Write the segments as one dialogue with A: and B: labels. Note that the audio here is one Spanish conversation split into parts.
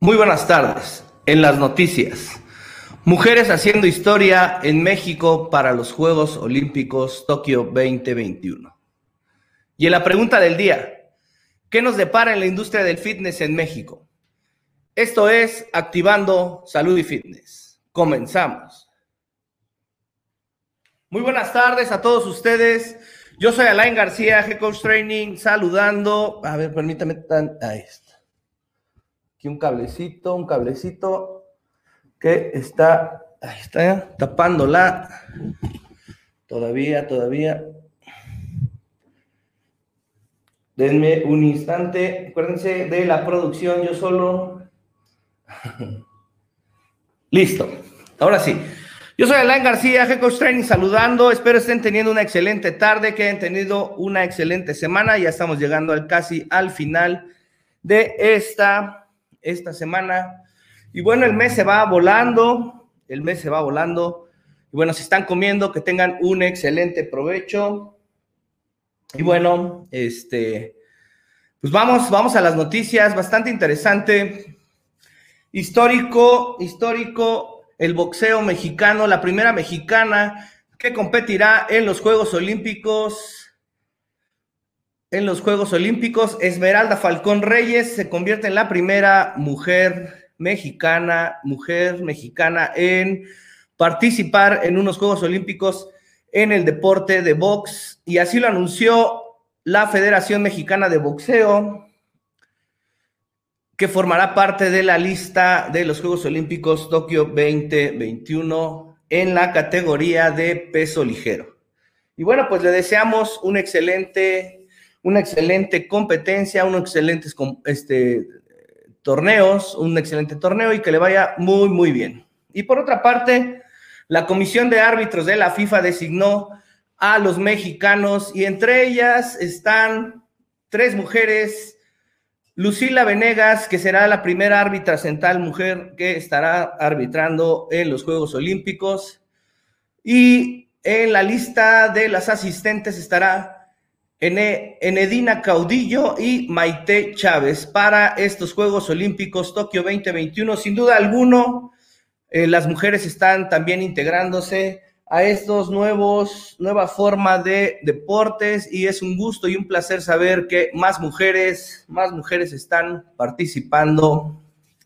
A: Muy buenas tardes. En las noticias, mujeres haciendo historia en México para los Juegos Olímpicos Tokio 2021. Y en la pregunta del día, ¿qué nos depara en la industria del fitness en México? Esto es Activando Salud y Fitness. Comenzamos. Muy buenas tardes a todos ustedes. Yo soy Alain García, Head Coach Training, saludando. A ver, permítame. Ahí está. Aquí un cablecito que está, ahí está, tapándola. Todavía. Denme un instante. Acuérdense de la producción, yo solo. Listo. Ahora sí. Yo soy Alain García, Head Coach Training, saludando. Espero estén teniendo una excelente tarde, que hayan tenido una excelente semana. Ya estamos llegando casi al final de esta semana. Y bueno, el mes se va volando. Y bueno, si están comiendo, que tengan un excelente provecho. Y bueno, pues vamos a las noticias. Bastante interesante. Histórico, el boxeo mexicano, la primera mexicana que competirá en los Juegos Olímpicos. Esmeralda Falcón Reyes se convierte en la primera mujer mexicana en participar en unos Juegos Olímpicos en el deporte de box, y así lo anunció la Federación Mexicana de Boxeo, que formará parte de la lista de los Juegos Olímpicos Tokio 2021 en la categoría de peso ligero. Y bueno, pues le deseamos una excelente competencia, unos excelentes torneos, un excelente torneo, y que le vaya muy, muy bien. Y por otra parte, la Comisión de Árbitros de la FIFA designó a los mexicanos, y entre ellas están 3 mujeres. Lucila Venegas, que será la primera árbitra central mujer que estará arbitrando en los Juegos Olímpicos. Y en la lista de las asistentes estará Enedina Caudillo y Maite Chávez para estos Juegos Olímpicos Tokio 2021. Sin duda alguno, las mujeres están también integrándose a estos nueva forma de deportes, y es un gusto y un placer saber que más mujeres están participando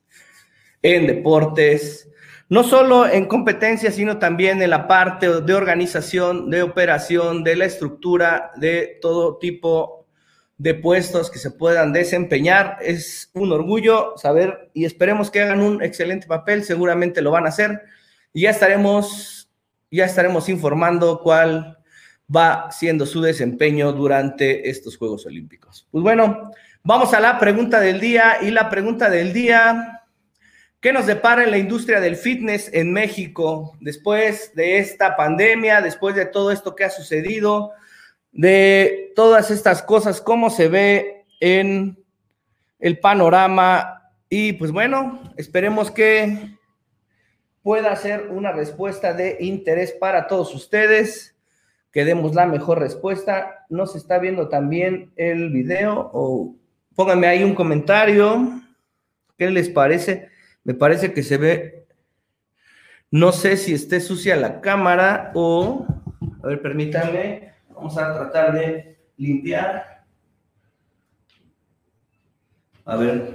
A: en deportes, no solo en competencias, sino también en la parte de organización, de operación, de la estructura, de todo tipo de puestos que se puedan desempeñar. Es un orgullo saber, y esperemos que hagan un excelente papel. Seguramente lo van a hacer, y ya estaremos informando cuál va siendo su desempeño durante estos Juegos Olímpicos. Pues bueno, vamos a la pregunta del día, y la pregunta del día: ¿qué nos depara en la industria del fitness en México después de esta pandemia, después de todo esto que ha sucedido, de todas estas cosas, cómo se ve en el panorama? Y pues bueno, esperemos que pueda ser una respuesta de interés para todos ustedes, que demos la mejor respuesta. ¿No se está viendo también el video? O pónganme ahí un comentario. ¿Qué les parece? Me parece que se ve. No sé si esté sucia la cámara o... A ver, permítanme. Vamos a tratar de limpiar. A ver.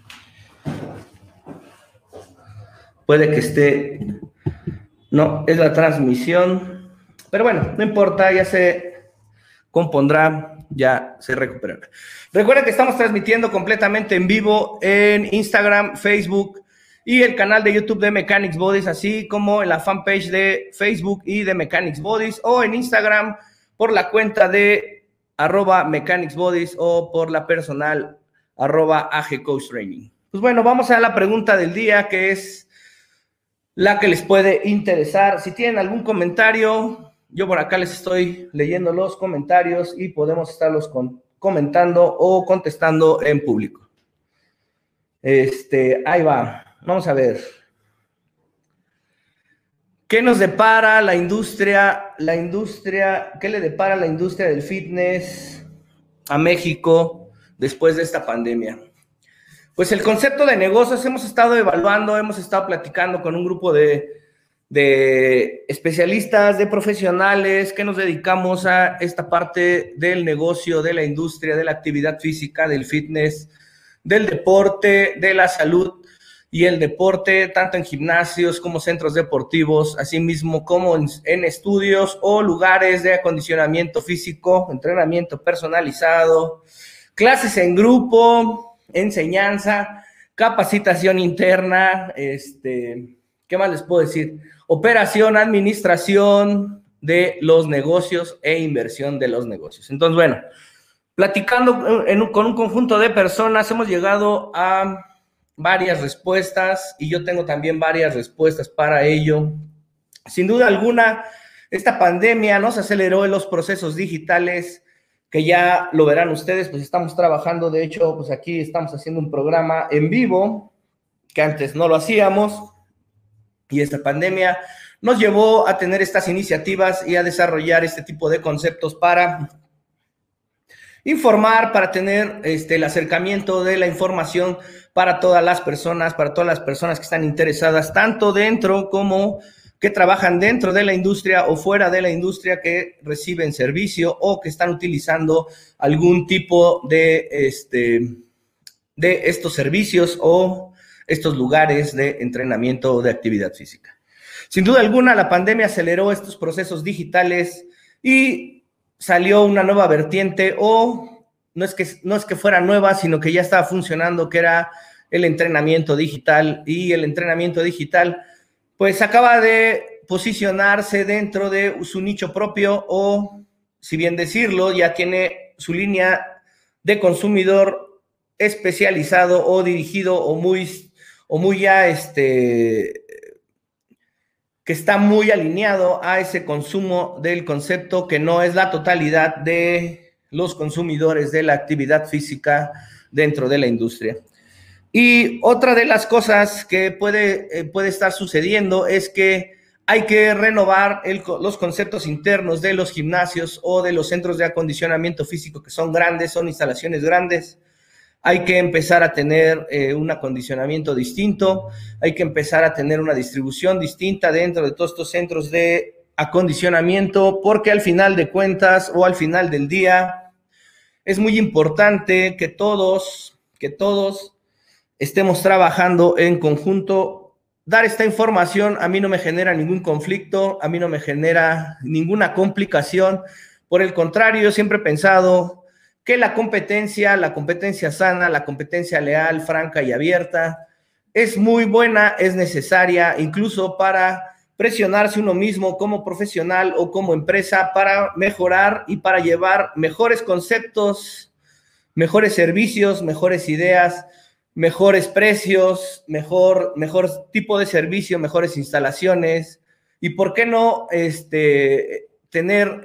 A: Puede que esté... No, es la transmisión. Pero bueno, no importa, ya se compondrá, ya se recuperará. Recuerden que estamos transmitiendo completamente en vivo en Instagram, Facebook y el canal de YouTube de Mechanics Bodies, así como en la fanpage de Facebook y de Mechanics Bodies, o en Instagram por la cuenta de @MechanicsBodies o por la personal @AGCoachTraining. Pues bueno, vamos a la pregunta del día, que es la que les puede interesar. Si tienen algún comentario, yo por acá les estoy leyendo los comentarios y podemos estarlos comentando o contestando en público. Ahí va. Vamos a ver. ¿Qué nos depara la industria? ¿Qué le depara la industria del fitness a México después de esta pandemia? Pues el concepto de negocios hemos estado evaluando, hemos estado platicando con un grupo de especialistas, de profesionales que nos dedicamos a esta parte del negocio, de la industria, de la actividad física, del fitness, del deporte, de la salud y el deporte, tanto en gimnasios como centros deportivos, asimismo como en estudios o lugares de acondicionamiento físico, entrenamiento personalizado, clases en grupo, enseñanza, capacitación interna, ¿qué más les puedo decir? Operación, administración de los negocios e inversión de los negocios. Entonces, bueno, platicando con un conjunto de personas, hemos llegado a varias respuestas y yo tengo también varias respuestas para ello. Sin duda alguna, esta pandemia nos aceleró en los procesos digitales, que ya lo verán ustedes, pues estamos trabajando, de hecho, pues aquí estamos haciendo un programa en vivo, que antes no lo hacíamos, y esta pandemia nos llevó a tener estas iniciativas y a desarrollar este tipo de conceptos para informar, para tener el acercamiento de la información para todas las personas que están interesadas, tanto dentro como que trabajan dentro de la industria o fuera de la industria, que reciben servicio o que están utilizando algún tipo de estos servicios o estos lugares de entrenamiento o de actividad física. Sin duda alguna, la pandemia aceleró estos procesos digitales y salió una nueva vertiente, o no es que fuera nueva, sino que ya estaba funcionando, que era el entrenamiento digital. Y el entrenamiento digital pues acaba de posicionarse dentro de su nicho propio, o si bien decirlo, ya tiene su línea de consumidor especializado o dirigido o muy ya que está muy alineado a ese consumo del concepto, que no es la totalidad de los consumidores de la actividad física dentro de la industria. Y otra de las cosas que puede estar sucediendo es que hay que renovar los conceptos internos de los gimnasios o de los centros de acondicionamiento físico, que son grandes, son instalaciones grandes. Hay que empezar a tener un acondicionamiento distinto, hay que empezar a tener una distribución distinta dentro de todos estos centros de acondicionamiento, porque al final de cuentas o al final del día es muy importante que todos estemos trabajando en conjunto. Dar esta información a mí no me genera ningún conflicto, a mí no me genera ninguna complicación. Por el contrario, yo siempre he pensado que la competencia sana, la competencia leal, franca y abierta es muy buena, es necesaria, incluso para presionarse uno mismo como profesional o como empresa para mejorar y para llevar mejores conceptos, mejores servicios, mejores ideas, mejores precios, mejor tipo de servicio, mejores instalaciones, y por qué no tener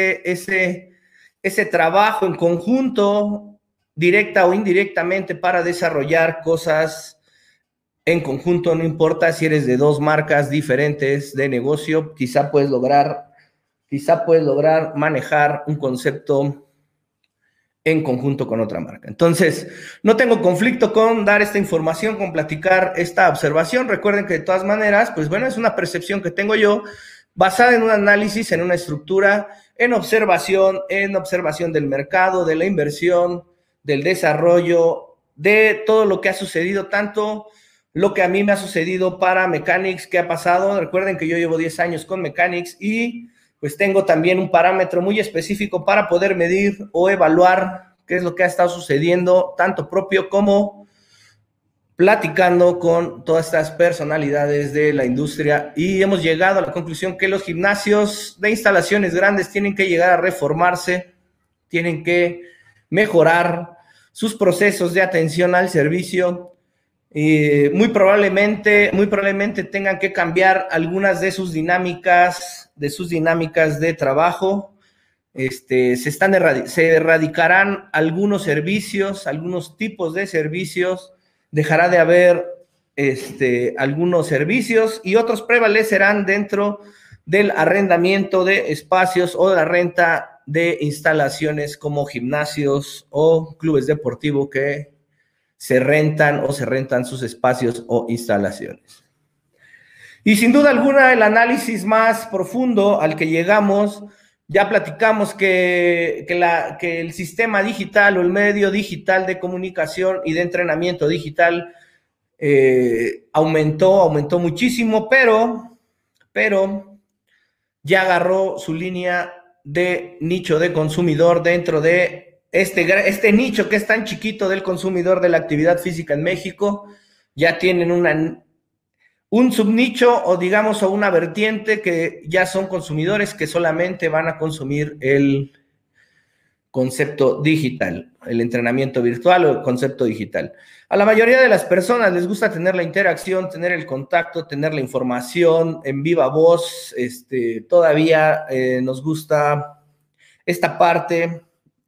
A: ese trabajo en conjunto, directa o indirectamente, para desarrollar cosas en conjunto. No importa si eres de dos marcas diferentes de negocio, quizá puedes lograr manejar un concepto en conjunto con otra marca. Entonces, no tengo conflicto con dar esta información, con platicar esta observación. Recuerden que de todas maneras, pues bueno, es una percepción que tengo yo, basada en un análisis, en una estructura, en observación del mercado, de la inversión, del desarrollo, de todo lo que ha sucedido, tanto lo que a mí me ha sucedido para Mechanix, que ha pasado. Recuerden que yo llevo 10 años con Mechanix y pues tengo también un parámetro muy específico para poder medir o evaluar qué es lo que ha estado sucediendo, tanto propio como platicando con todas estas personalidades de la industria, y hemos llegado a la conclusión que los gimnasios de instalaciones grandes tienen que llegar a reformarse, tienen que mejorar sus procesos de atención al servicio. Muy probablemente tengan que cambiar algunas de sus dinámicas de trabajo. Se erradicarán algunos servicios, algunos tipos de servicios, dejará de haber algunos servicios, y otros prevalecerán dentro del arrendamiento de espacios o de la renta de instalaciones como gimnasios o clubes deportivos, que se rentan sus espacios o instalaciones. Y sin duda alguna, el análisis más profundo al que llegamos, ya platicamos que el sistema digital o el medio digital de comunicación y de entrenamiento digital aumentó muchísimo, pero ya agarró su línea de nicho de consumidor dentro de este nicho que es tan chiquito del consumidor de la actividad física en México. Ya tienen un subnicho o digamos o una vertiente que ya son consumidores que solamente van a consumir el concepto digital, el entrenamiento virtual o el concepto digital. A la mayoría de las personas les gusta tener la interacción, tener el contacto, tener la información en viva voz. Todavía nos gusta esta parte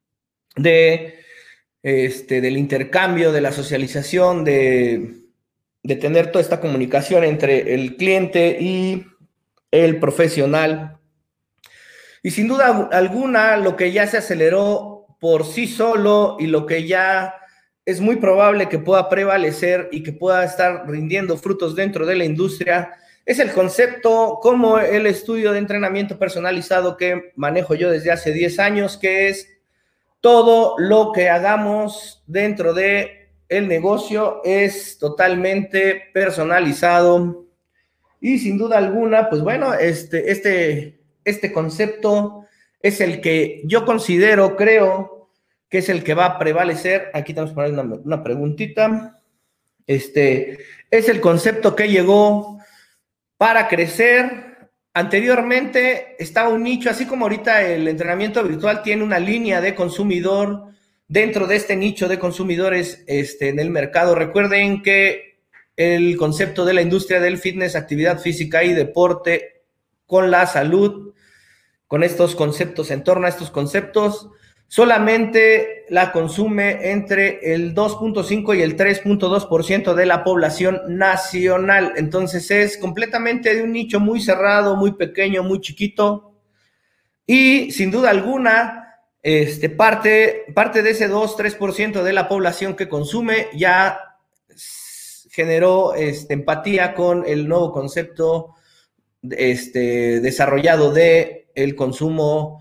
A: del intercambio, de la socialización, de tener toda esta comunicación entre el cliente y el profesional. Y sin duda alguna, lo que ya se aceleró por sí solo y lo que ya es muy probable que pueda prevalecer y que pueda estar rindiendo frutos dentro de la industria es el concepto como el estudio de entrenamiento personalizado que manejo yo desde hace 10 años, que es todo lo que hagamos dentro de el negocio es totalmente personalizado. Y sin duda alguna, pues bueno, este concepto es el que yo creo que es el que va a prevalecer. Aquí estamos poniendo una preguntita. Es el concepto que llegó para crecer. Anteriormente estaba un nicho, así como ahorita el entrenamiento virtual tiene una línea de consumidor. Dentro de este nicho de consumidores en el mercado, recuerden que el concepto de la industria del fitness, actividad física y deporte con la salud, con estos conceptos, en torno a estos conceptos, solamente la consume entre el 2.5 y el 3.2% de la población nacional. Entonces es completamente de un nicho muy cerrado, muy pequeño, muy chiquito. Y sin duda alguna, parte de ese 2-3% de la población que consume ya generó empatía con el nuevo concepto desarrollado del consumo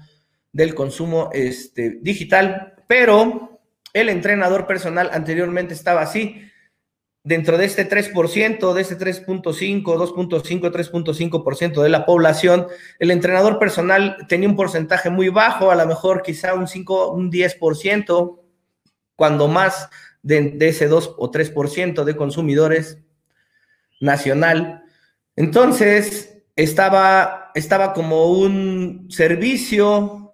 A: digital, pero el entrenador personal anteriormente estaba así, dentro de este 3%, de este 3.5, 2.5, 3.5% de la población. El entrenador personal tenía un porcentaje muy bajo, a lo mejor quizá un 5, un 10%, cuando más de ese 2 o 3% de consumidores nacional. Entonces, estaba como un servicio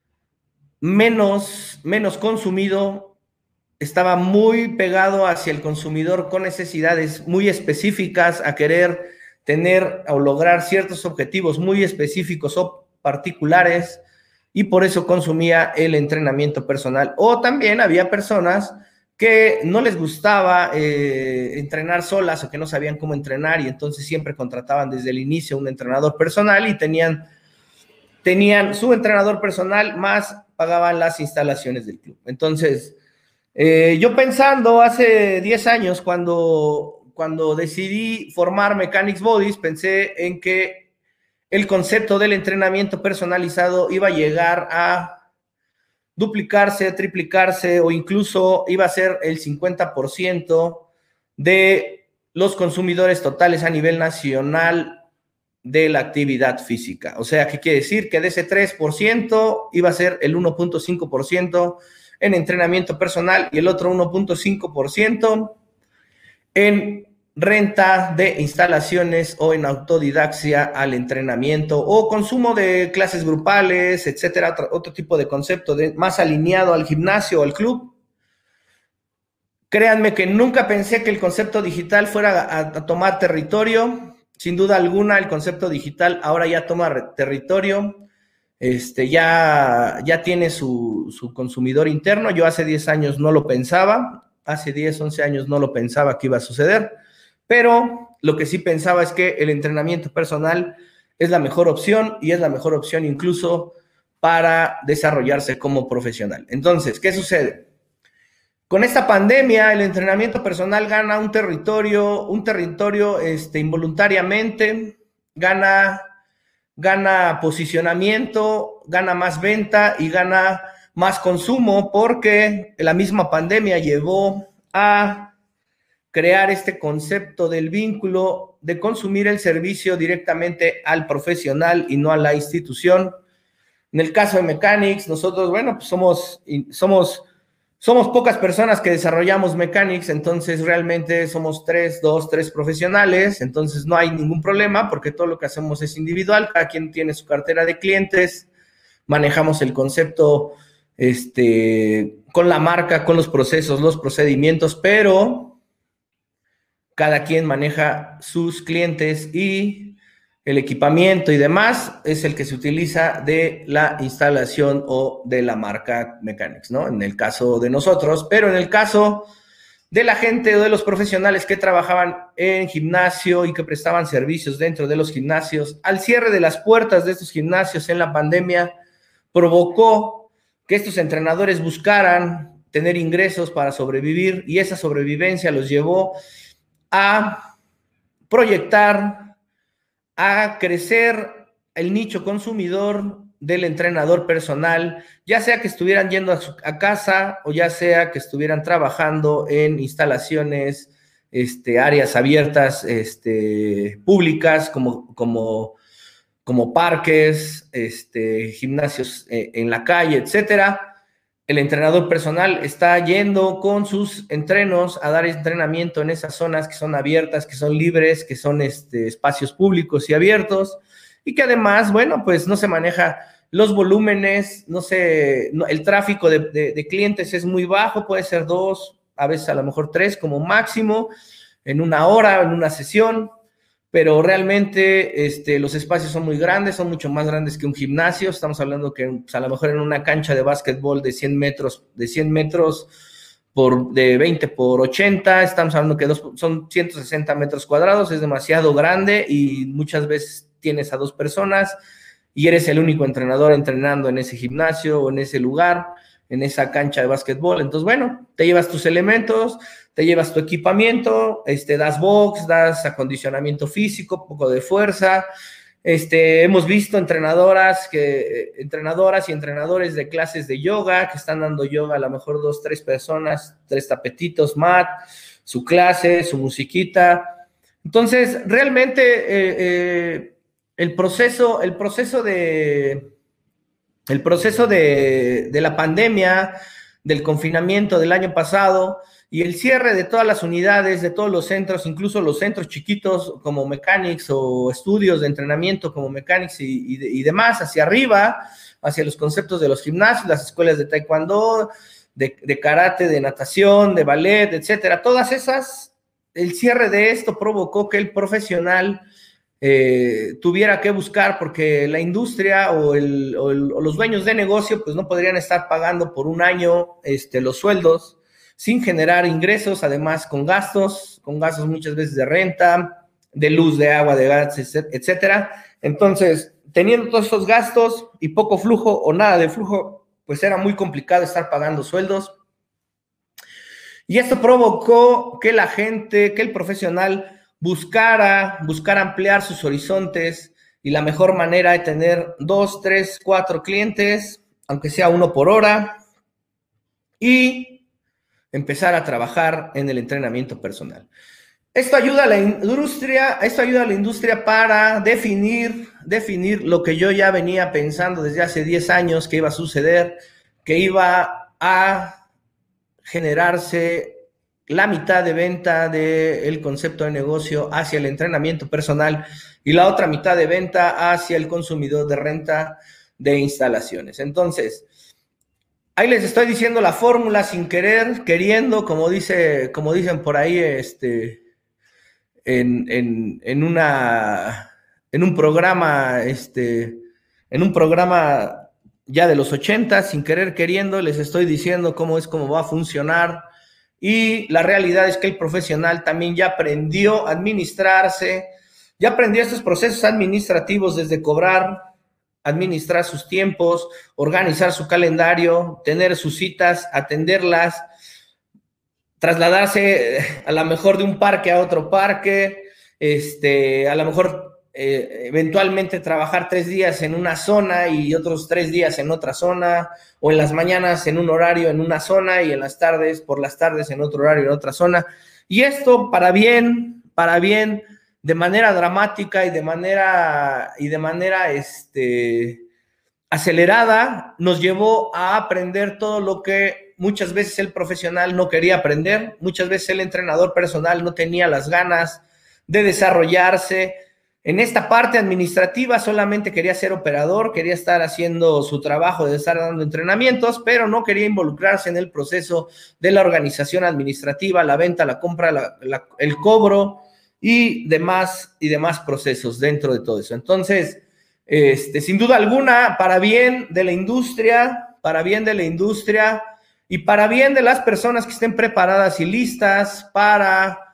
A: menos consumido, estaba muy pegado hacia el consumidor con necesidades muy específicas, a querer tener o lograr ciertos objetivos muy específicos o particulares, y por eso consumía el entrenamiento personal. O también había personas que no les gustaba entrenar solas o que no sabían cómo entrenar, y entonces siempre contrataban desde el inicio un entrenador personal y tenían su entrenador personal más pagaban las instalaciones del club. Entonces, yo pensando hace 10 años, cuando decidí formar Mechanics Bodies, pensé en que el concepto del entrenamiento personalizado iba a llegar a duplicarse, triplicarse o incluso iba a ser el 50% de los consumidores totales a nivel nacional de la actividad física. O sea, ¿qué quiere decir? Que de ese 3% iba a ser el 1.5% en entrenamiento personal y el otro 1.5% en renta de instalaciones o en autodidaxia al entrenamiento o consumo de clases grupales, etcétera, otro tipo de concepto más alineado al gimnasio o al club. Créanme que nunca pensé que el concepto digital fuera a tomar territorio. Sin duda alguna, el concepto digital ahora ya toma territorio. Ya tiene su consumidor interno. Yo hace 10 años no lo pensaba, hace 10, 11 años no lo pensaba que iba a suceder, pero lo que sí pensaba es que el entrenamiento personal es la mejor opción y es la mejor opción incluso para desarrollarse como profesional. Entonces, ¿qué sucede? Con esta pandemia, el entrenamiento personal gana un territorio involuntariamente, gana posicionamiento, gana más venta y gana más consumo, porque la misma pandemia llevó a crear este concepto del vínculo de consumir el servicio directamente al profesional y no a la institución. En el caso de Mechanics, nosotros, bueno, pues somos pocas personas que desarrollamos Mechanics, entonces realmente somos tres profesionales, entonces no hay ningún problema porque todo lo que hacemos es individual, cada quien tiene su cartera de clientes, manejamos el concepto con la marca, con los procesos, los procedimientos, pero cada quien maneja sus clientes y el equipamiento y demás es el que se utiliza de la instalación o de la marca Mechanics, ¿no? En el caso de nosotros, pero en el caso de la gente o de los profesionales que trabajaban en gimnasio y que prestaban servicios dentro de los gimnasios, al cierre de las puertas de estos gimnasios en la pandemia, provocó que estos entrenadores buscaran tener ingresos para sobrevivir y esa sobrevivencia los llevó a proyectar, a crecer el nicho consumidor del entrenador personal, ya sea que estuvieran yendo a casa o ya sea que estuvieran trabajando en instalaciones, áreas abiertas, públicas como parques, gimnasios en la calle, etcétera. El entrenador personal está yendo con sus entrenos a dar entrenamiento en esas zonas que son abiertas, que son libres, que son espacios públicos y abiertos, y que además, bueno, pues no se maneja los volúmenes, el tráfico de clientes es muy bajo, puede ser 2, a veces a lo mejor 3 como máximo, en una hora, en una sesión, pero realmente los espacios son muy grandes, son mucho más grandes que un gimnasio. Estamos hablando que pues, a lo mejor en una cancha de básquetbol de 100 metros de 20 por 80, estamos hablando que son 160 metros cuadrados, es demasiado grande y muchas veces tienes a 2 personas y eres el único entrenador entrenando en ese gimnasio o en ese lugar, en esa cancha de básquetbol. Entonces, bueno, te llevas tus elementos, te llevas tu equipamiento, das box, das acondicionamiento físico, poco de fuerza. Hemos visto entrenadoras y entrenadores de clases de yoga que están dando yoga a lo mejor 2, 3 personas, 3 tapetitos, mat, su clase, su musiquita. Entonces, realmente el proceso de la pandemia, del confinamiento del año pasado y el cierre de todas las unidades, de todos los centros, incluso los centros chiquitos como Mechanics o estudios de entrenamiento como Mechanics y demás, hacia arriba, hacia los conceptos de los gimnasios, las escuelas de taekwondo, de karate, de natación, de ballet, etcétera. Todas esas, el cierre de esto provocó que el profesional tuviera que buscar, porque la industria o los dueños de negocio pues no podrían estar pagando por un año los sueldos sin generar ingresos, además con gastos muchas veces de renta, de luz, de agua, de gas, etcétera. Entonces, teniendo todos esos gastos y poco flujo o nada de flujo, pues era muy complicado estar pagando sueldos. Y esto provocó que el profesional buscar ampliar sus horizontes y la mejor manera de tener 2, 3, 4 clientes, aunque sea 1 por hora, y empezar a trabajar en el entrenamiento personal. Esto ayuda a la industria para definir lo que yo ya venía pensando desde hace 10 años que iba a suceder, que iba a generarse la mitad de venta del concepto de negocio hacia el entrenamiento personal y la otra mitad de venta hacia el consumidor de renta de instalaciones. Entonces, ahí les estoy diciendo la fórmula sin querer, queriendo, como dicen por ahí, en un programa ya de los 80, sin querer queriendo, les estoy diciendo cómo va a funcionar. Y la realidad es que el profesional también ya aprendió a administrarse, ya aprendió estos procesos administrativos, desde cobrar, administrar sus tiempos, organizar su calendario, tener sus citas, atenderlas, trasladarse a lo mejor de un parque a otro parque, a lo mejor eventualmente trabajar 3 días en una zona y otros 3 días en otra zona, o en las mañanas en un horario en una zona y en las tardes, por las tardes en otro horario en otra zona. Y esto para bien, de manera dramática y de manera acelerada, nos llevó a aprender todo lo que muchas veces el profesional no quería aprender, muchas veces el entrenador personal no tenía las ganas de desarrollarse. En esta parte administrativa solamente quería ser operador, quería estar haciendo su trabajo de estar dando entrenamientos, pero no quería involucrarse en el proceso de la organización administrativa, la venta, la compra, el cobro y demás procesos dentro de todo eso. Entonces, sin duda alguna, para bien de la industria y para bien de las personas que estén preparadas y listas para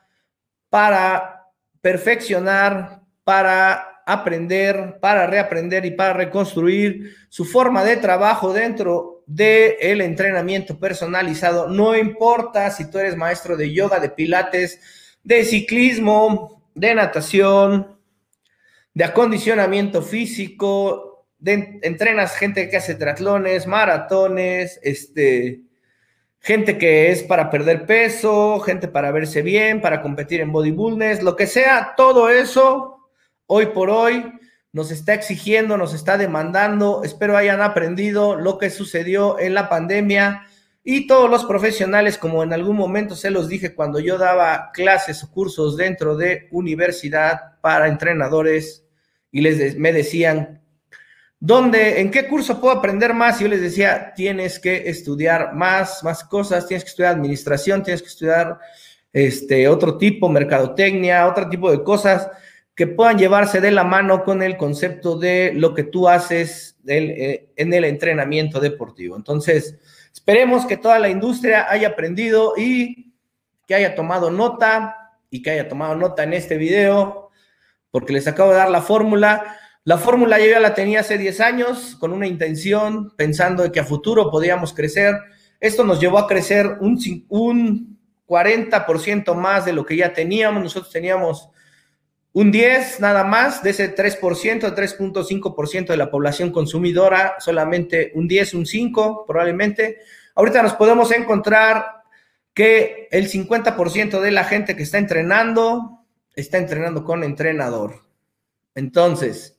A: perfeccionar, para aprender, para reaprender y para reconstruir su forma de trabajo dentro del entrenamiento personalizado. No importa si tú eres maestro de yoga, de pilates, de ciclismo, de natación, de acondicionamiento físico, entrenas gente que hace triatlones, maratones, gente que es para perder peso, gente para verse bien, para competir en bodybuilding, lo que sea, todo eso hoy por hoy nos está exigiendo, nos está demandando. Espero hayan aprendido lo que sucedió en la pandemia y todos los profesionales, como en algún momento se los dije cuando yo daba clases o cursos dentro de universidad para entrenadores y me decían, ¿en qué curso puedo aprender más? Y yo les decía, tienes que estudiar más cosas, tienes que estudiar administración, tienes que estudiar otro tipo, mercadotecnia, otro tipo de cosas que puedan llevarse de la mano con el concepto de lo que tú haces en el entrenamiento deportivo. Entonces, esperemos que toda la industria haya aprendido y que haya tomado nota en este video, porque les acabo de dar la fórmula. La fórmula yo ya la tenía hace 10 años con una intención, pensando de que a futuro podíamos crecer. Esto nos llevó a crecer un 40% más de lo que ya teníamos. Nosotros teníamos un 10 nada más de ese 3%, 3.5% de la población consumidora, solamente un 10, un 5 probablemente. Ahorita nos podemos encontrar que el 50% de la gente que está entrenando con entrenador. Entonces,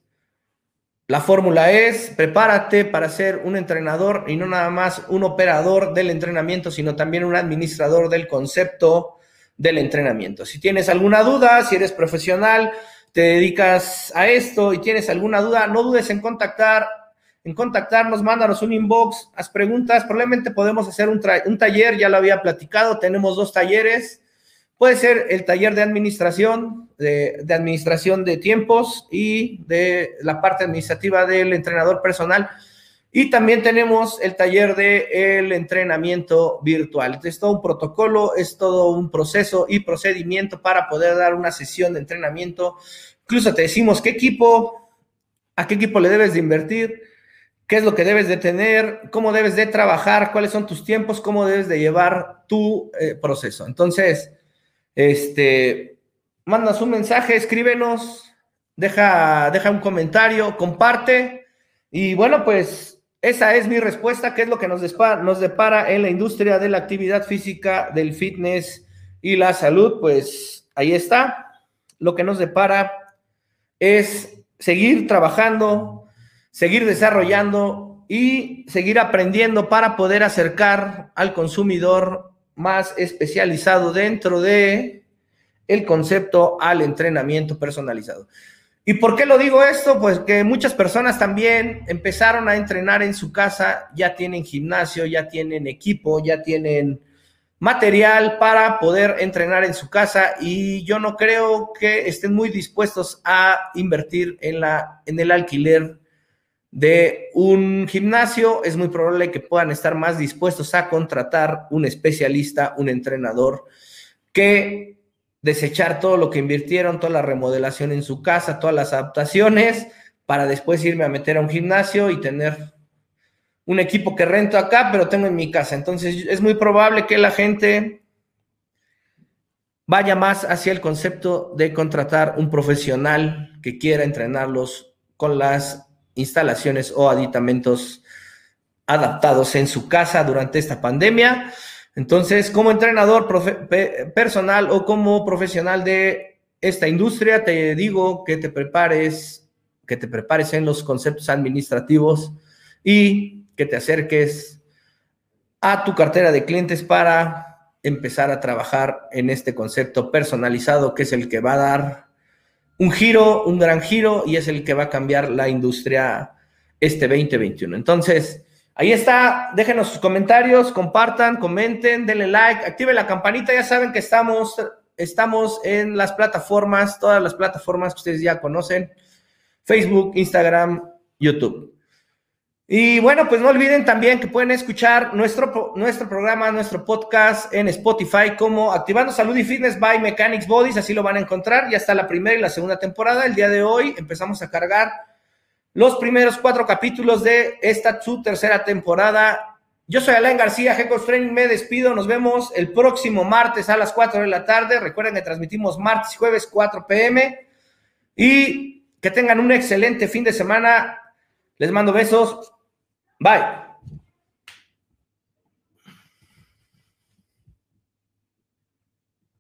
A: la fórmula es: prepárate para ser un entrenador y no nada más un operador del entrenamiento, sino también un administrador del concepto del entrenamiento. Si tienes alguna duda, si eres profesional, te dedicas a esto y tienes alguna duda, no dudes en contactarnos, mándanos un inbox, haz preguntas. Probablemente podemos hacer un taller, ya lo había platicado, tenemos 2 talleres. Puede ser el taller de administración, de administración de tiempos y de la parte administrativa del entrenador personal. Y también tenemos el taller del entrenamiento virtual. Es todo un protocolo, es todo un proceso y procedimiento para poder dar una sesión de entrenamiento. Incluso te decimos a qué equipo le debes de invertir, qué es lo que debes de tener, cómo debes de trabajar, cuáles son tus tiempos, cómo debes de llevar tu proceso. Entonces, mandas un mensaje, escríbenos, deja un comentario, comparte. Y bueno, pues esa es mi respuesta. ¿Qué es lo que nos depara en la industria de la actividad física, del fitness y la salud? Pues ahí está. Lo que nos depara es seguir trabajando, seguir desarrollando y seguir aprendiendo para poder acercar al consumidor más especializado dentro de el concepto al entrenamiento personalizado. ¿Y por qué lo digo esto? Pues que muchas personas también empezaron a entrenar en su casa, ya tienen gimnasio, ya tienen equipo, ya tienen material para poder entrenar en su casa, y yo no creo que estén muy dispuestos a invertir en el alquiler de un gimnasio. Es muy probable que puedan estar más dispuestos a contratar un especialista, un entrenador, que desechar todo lo que invirtieron, toda la remodelación en su casa, todas las adaptaciones, para después irme a meter a un gimnasio y tener un equipo que rento acá, pero tengo en mi casa. Entonces es muy probable que la gente vaya más hacia el concepto de contratar un profesional que quiera entrenarlos con las instalaciones o aditamentos adaptados en su casa durante esta pandemia. Entonces, como entrenador personal o como profesional de esta industria, te digo que te prepares en los conceptos administrativos y que te acerques a tu cartera de clientes para empezar a trabajar en este concepto personalizado, que es el que va a dar un giro, un gran giro, y es el que va a cambiar la industria este 2021. Entonces, ahí está, déjenos sus comentarios, compartan, comenten, denle like, activen la campanita, ya saben que estamos en las plataformas, todas las plataformas que ustedes ya conocen, Facebook, Instagram, YouTube. Y bueno, pues no olviden también que pueden escuchar nuestro programa, nuestro podcast en Spotify como Activando Salud y Fitness by Mechanics Bodies, así lo van a encontrar. Ya está la primera y la segunda temporada. El día de hoy empezamos a cargar los primeros 4 capítulos de esta su tercera temporada. Yo soy Alain García, G-Coach Training, me despido. Nos vemos el próximo martes a las 4 de la tarde. Recuerden que transmitimos martes y jueves 4 p.m. Y que tengan un excelente fin de semana. Les mando besos. Bye.